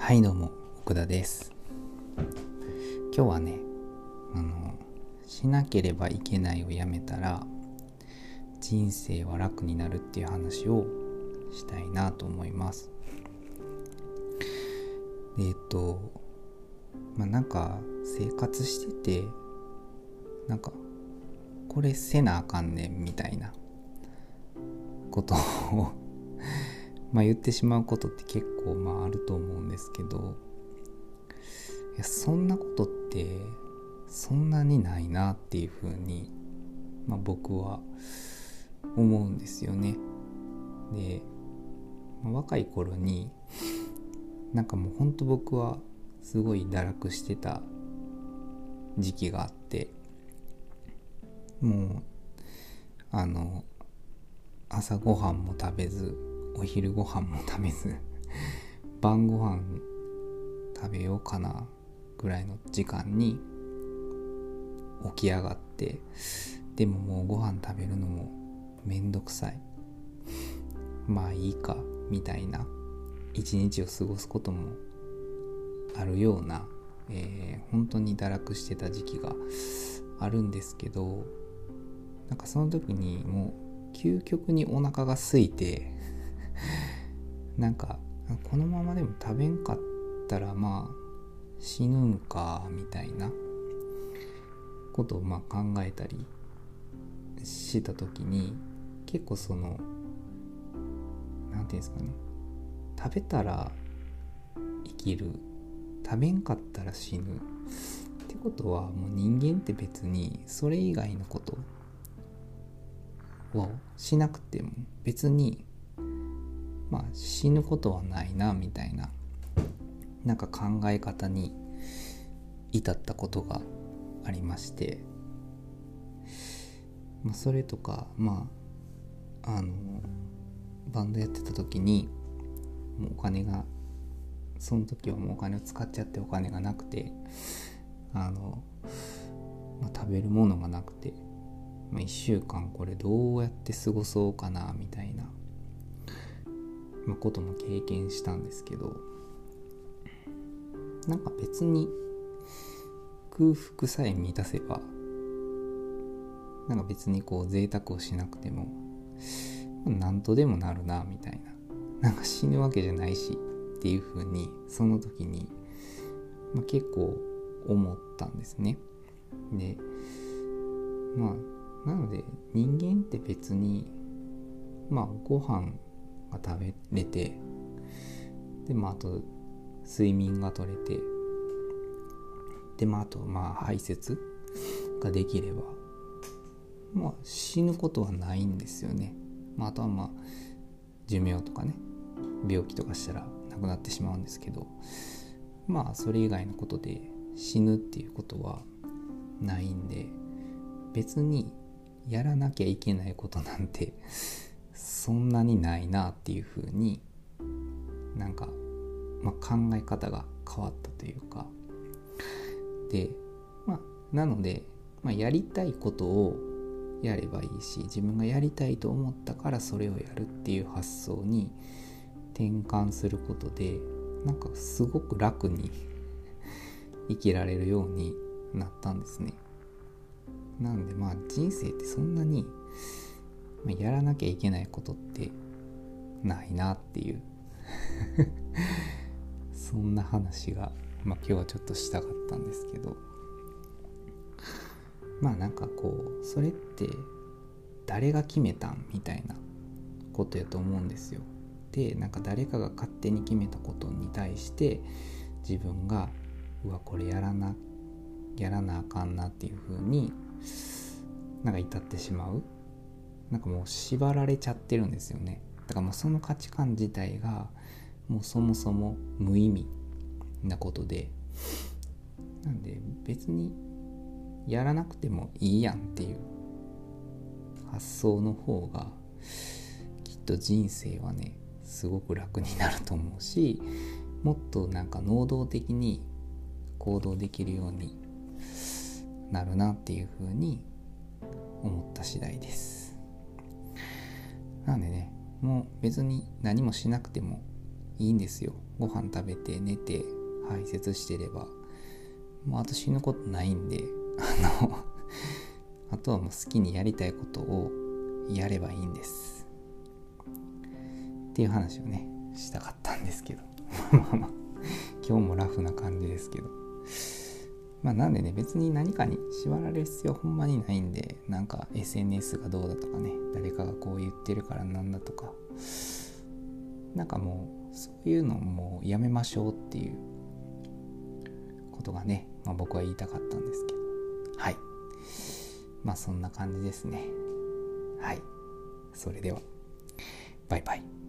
はいどうも奥田です。今日はねしなければいけないをやめたら人生は楽になるっていう話をしたいなと思います。なんか生活しててこれせなあかんねんみたいなことを言ってしまうことって結構あると思うんですけど、いやそんなことってそんなにないなっていうふうに、僕は思うんですよね。で、若い頃にもうほんと僕はすごい堕落してた時期があって、もう朝ごはんも食べずお昼ご飯も食べず晩ご飯食べようかなぐらいの時間に起き上がって、でももうご飯食べるのもめんどくさい、いいかみたいな一日を過ごすこともあるような、本当に堕落してた時期があるんですけど、その時にもう究極にお腹が空いてこのままでも食べんかったら死ぬんかみたいなことを考えたりした時に、結構なんていうんですかね、食べたら生きる、食べんかったら死ぬってことは、もう人間って別にそれ以外のことをしなくても別に死ぬことはないなみたいな考え方に至ったことがありまして、それとかバンドやってた時にもうお金が、その時はもうお金を使っちゃってお金がなくて食べるものがなくて、1週間これどうやって過ごそうかなみたいなことも経験したんですけど、別に空腹さえ満たせば別に贅沢をしなくてもなんとでもなるなみたいな、死ぬわけじゃないしっていう風にその時に、結構思ったんですね。でなので人間って別にご飯が食べれて、であと睡眠が取れて、であと排泄ができれば死ぬことはないんですよね。あとは寿命とかね、病気とかしたらなくなってしまうんですけど、それ以外のことで死ぬっていうことはないんで、別にやらなきゃいけないことなんてそんなにないなっていうふうに考え方が変わったというか、でなので、やりたいことをやればいいし、自分がやりたいと思ったからそれをやるっていう発想に転換することで、すごく楽に生きられるようになったんですね。なんで人生ってそんなにやらなきゃいけないことってないなっていうそんな話が、今日はちょっとしたかったんですけど、それって誰が決めたんみたいなことやと思うんですよ。で誰かが勝手に決めたことに対して自分がこれやらなあかんなっていう風に至ってしまう、もう縛られちゃってるんですよね。だからもうその価値観自体がもうそもそも無意味なことで、なんで別にやらなくてもいいやんっていう発想の方がきっと人生はねすごく楽になると思うし、もっと能動的に行動できるようになるなっていうふうに思った次第です。なんでね、もう別に何もしなくてもいいんですよ。ご飯食べて寝て排泄してればもうあと死ぬことないんであとはもう好きにやりたいことをやればいいんですっていう話をねしたかったんですけどまあまあ今日もラフな感じですけど、まあなんでね、別に何かに縛られる必要ほんまにないんで、なんか SNS がどうだとかね、誰かがこう言ってるからなんだとか、なんかもうそういうのもうやめましょうっていうことがね、僕は言いたかったんですけど、はい、まあそんな感じですね。はい、それではバイバイ。